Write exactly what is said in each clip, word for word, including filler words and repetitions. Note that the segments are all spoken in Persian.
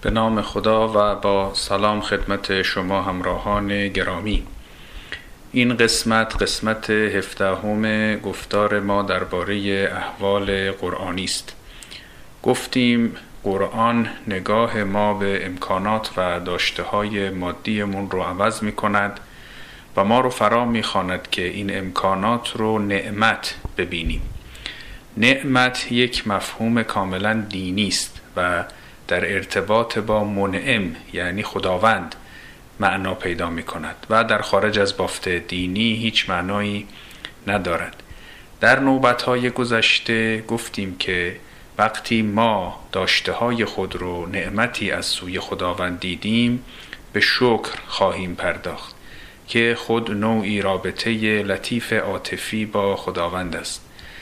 به نام خدا و با سلام خدمت شما همراهان گرامی. این قسمت قسمت هفدهم گفتار ما درباره احوال قرآنی است. گفتیم قرآن نگاه ما به امکانات و داشته‌های مادیمون رو عوض می کند و ما رو فرا می خواند که این امکانات رو نعمت ببینیم. نعمت یک مفهوم کاملا دینی است و در ارتباط با منعم یعنی خداوند معنا پیدا می کند و در خارج از بافت دینی هیچ معنایی ندارد. در نوبت‌های گذشته گفتیم که وقتی ما داشته‌های خود رو نعمتی از سوی خداوند دیدیم به شکر خواهیم پرداخت که خود نوعی رابطه لطیف عاطفی با خداوند است.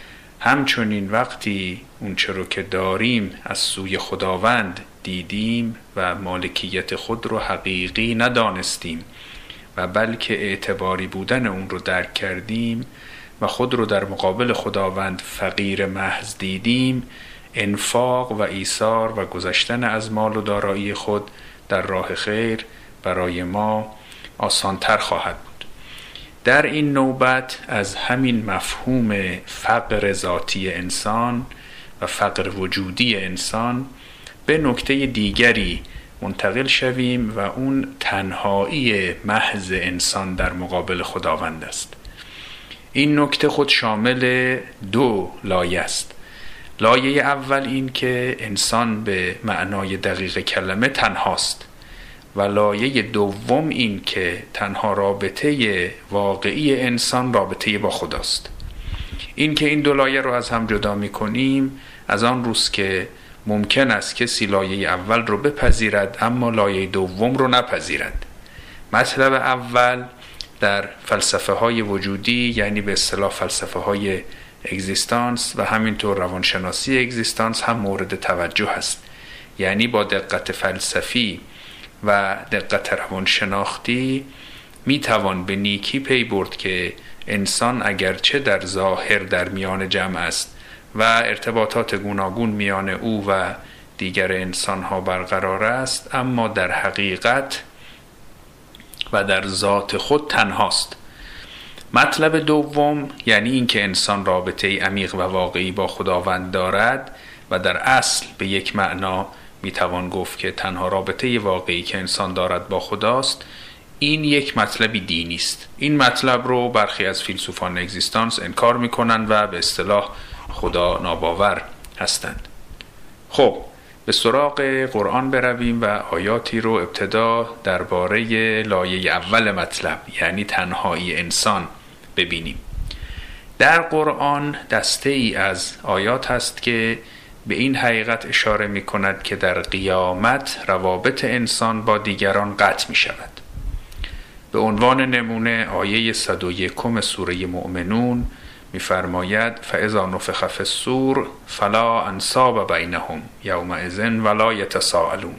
همچنین وقتی اونچه رو که داریم از سوی خداوند دیدیم و مالکیت خود رو حقیقی ندانستیم و بلکه اعتباری بودن اون رو درک کردیم و خود رو در مقابل خداوند فقیر محض دیدیم، انفاق و ایثار و گذشتن از مال و دارایی خود در راه خیر برای ما آسانتر خواهد بود. در این نوبت از همین مفهوم فقر ذاتی انسان و فقر وجودی انسان به نکته دیگری منتقل شویم و اون تنهایی محض انسان در مقابل خداوند است. این نکته خود شامل دو لایه است. لایه اول این که انسان به معنای دقیق کلمه تنهاست و لایه دوم این که تنها رابطه واقعی انسان رابطه با خداست. این که این دو لایه رو از هم جدا می کنیم از آن روز که ممکن است کسی لایه اول رو بپذیرد اما لایه دوم رو نپذیرد. مطلب اول در فلسفه های وجودی یعنی به اصطلاح فلسفه های اگزیستانس و همینطور روانشناسی اگزیستانس هم مورد توجه است. یعنی با دقت فلسفی و دقت روانشناختی می توان به نیکی پی برد که انسان اگرچه در ظاهر در میان جمع است و ارتباطات گوناگون میان او و دیگر انسانها برقرار است، اما در حقیقت و در ذات خود تنهاست. مطلب دوم یعنی اینکه انسان رابطه عمیق و واقعی با خداوند دارد و در اصل به یک معنا میتوان گفت که تنها رابطه واقعی که انسان دارد با خداست. این یک مطلبی دینی است. این مطلب رو برخی از فیلسوفان اگزیستانس انکار میکنند و به اصطلاح خدا ناباور هستند. خب به سراغ قرآن برویم و آیاتی رو ابتدا درباره لایه اول مطلب یعنی تنهایی انسان ببینیم. در قرآن دسته ای از آیات هست که به این حقیقت اشاره می کند که در قیامت روابط انسان با دیگران قطع می شود. به عنوان نمونه آیه صد و یک سوره مؤمنون می فرماید فاذا نفخ فی الصور فلا انساب بینهم یومئذ ولا یتساءلون.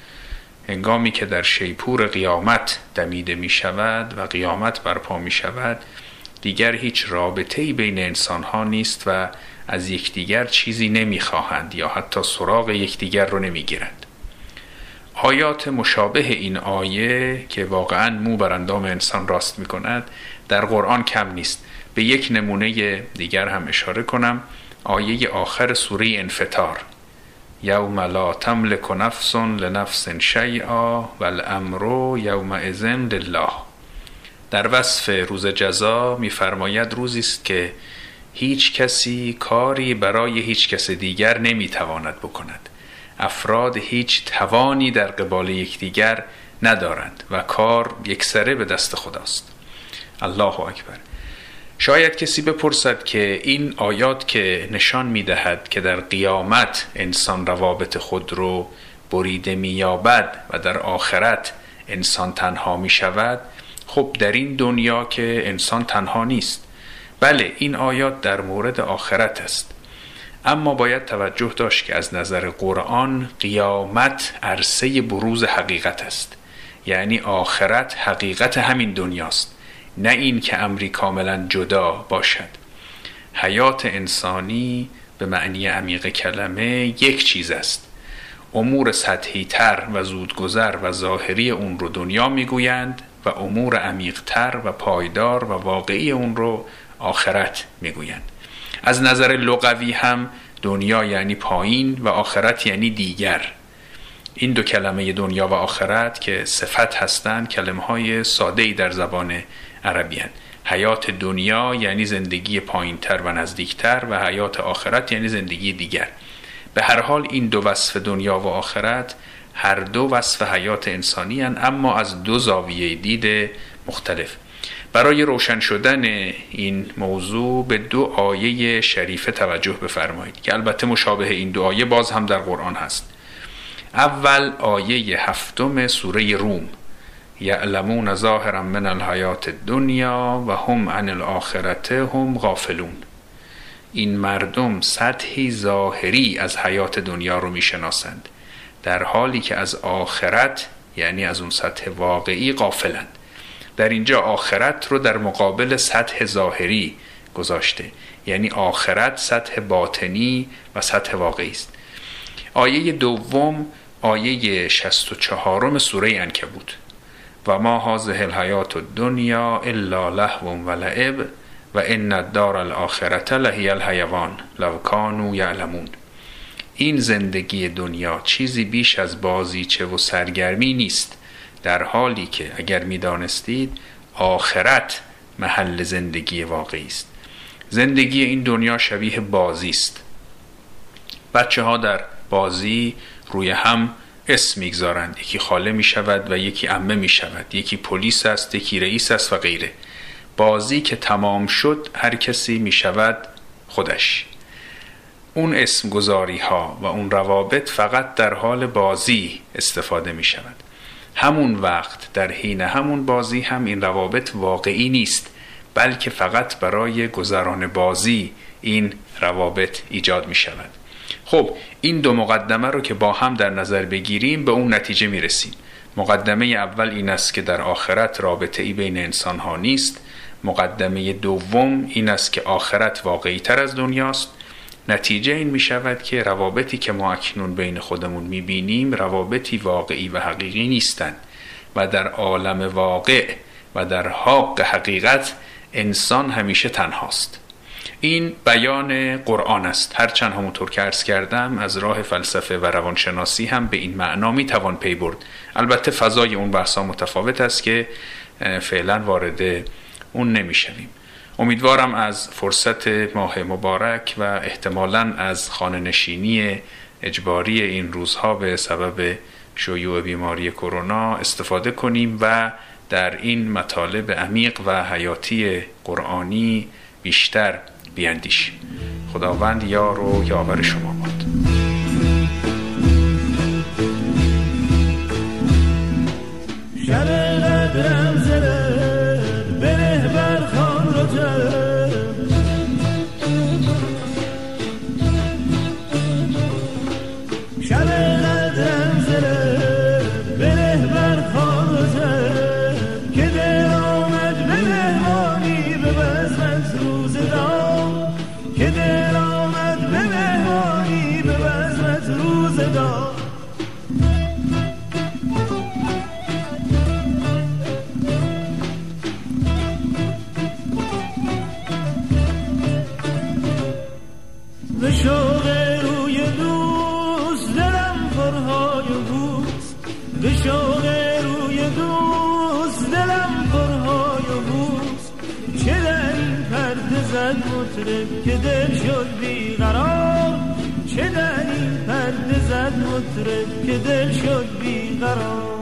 هنگامی که در شیپور قیامت دمیده می شود و قیامت برپا می شود دیگر هیچ رابطه‌ای بین انسانها نیست و از یکدیگر چیزی نمیخواهند یا حتی سراغ یکدیگر رو نمیگیرند. آیات مشابه این آیه که واقعا مو بر اندام انسان راست میکند در قرآن کم نیست. به یک نمونه دیگر هم اشاره کنم. آیه آخر سوره انفطار یوم لا تملک نفس لنفس شیئا والامر یومئذ لله. در وصف روز جزا میفرماید روزی است که هیچ کسی کاری برای هیچ کس دیگر نمیتواند بکند. افراد هیچ توانی در قبال یکدیگر ندارند و کار یکسره به دست خداست. الله اکبر. شاید کسی بپرسد که این آیات که نشان میدهد که در قیامت انسان روابط خود رو بریده مییابد و در آخرت انسان تنها میشود، خب در این دنیا که انسان تنها نیست. بله این آیات در مورد آخرت است، اما باید توجه داشت که از نظر قرآن قیامت عرصه بروز حقیقت است. یعنی آخرت حقیقت همین دنیاست، نه این که امری کاملا جدا باشد. حیات انسانی به معنی عمیق کلمه یک چیز است. امور سطحی تر و زودگذر و ظاهری اون رو دنیا میگویند و امور عمیق‌تر و پایدار و واقعی اون رو آخرت میگویند. از نظر لغوی هم دنیا یعنی پایین و آخرت یعنی دیگر. این دو کلمه دنیا و آخرت که صفت هستند کلمه های ساده‌ای در زبان عربی هستند. حیات دنیا یعنی زندگی پایینتر و نزدیکتر و حیات آخرت یعنی زندگی دیگر. به هر حال این دو وصف دنیا و آخرت هر دو وصف حیات انسانی هستند، اما از دو زاویه دید مختلف. برای روشن شدن این موضوع به دو آیه شریفه توجه بفرمایید که البته مشابه این دو آیه باز هم در قرآن هست. اول آیه هفتم سوره روم، یعلمون ظاهرا من الحیات الدنیا و هم عن الاخرت هم غافلون. این مردم سطحی ظاهری از حیات دنیا رو میشناسند، در حالی که از آخرت یعنی از اون سطح واقعی غافلند. در اینجا آخرت رو در مقابل سطح ظاهری گذاشته، یعنی آخرت سطح باطنی و سطح واقعی است. آیه دوم آیه شصت و چهارم سوره عنکبوت، و ما هذه الحیات الدنیا الا لهو و لعب و ان الدار الاخرة لهی الحیوان لو کانوا یعلمون. این زندگی دنیا چیزی بیش از بازیچه و سرگرمی نیست، در حالی که اگر می‌دانستید آخرت محل زندگی واقعی است. زندگی این دنیا شبیه بازی است. بچه ها در بازی روی هم اسم میگذارند، یکی خاله می شود و یکی عمه می شود، یکی پلیس است، یکی رئیس است و غیره. بازی که تمام شد هر کسی می شود خودش. اون اسم گذاری ها و اون روابط فقط در حال بازی استفاده می شود. همون وقت در حین همون بازی هم این روابط واقعی نیست، بلکه فقط برای گذران بازی این روابط ایجاد می شود. خب این دو مقدمه رو که با هم در نظر بگیریم به اون نتیجه می رسیم. مقدمه اول این است که در آخرت رابطه ای بین انسان ها نیست. مقدمه دوم این است که آخرت واقعی تر از دنیاست. نتیجه این می شود که روابطی که ما اکنون بین خودمون می بینیم روابطی واقعی و حقیقی نیستند و در عالم واقع و در حق حقیقت انسان همیشه تنهاست. این بیان قرآن است، هرچند همونطور که عرض کردم از راه فلسفه و روانشناسی هم به این معنا می توان پی برد. البته فضای اون بحثا متفاوت است که فعلا وارد اون نمی شویم. امیدوارم از فرصت ماه مبارک و احتمالاً از خانه نشینی اجباری این روزها به سبب شیوع بیماری کرونا استفاده کنیم و در این مطالب عمیق و حیاتی قرآنی بیشتر بیاندیشیم. خداوند یار و یاور شما باد. شب قدرم زره بره بر خان رو جرم، شب قدرم زره بره بر خان رو جرم، که در آمد به مهمانی به بزمت روزگار، که در آمد به مهمانی به بزمت روزگار. به شوق روی دوست دلم پرهای بوست، به شوق روی دوست دلم پرهای بوست. چه در این پرده زد مطرب که دل شد بیقرار، چه در این پرده زد مطرب که دل شد بیقرار.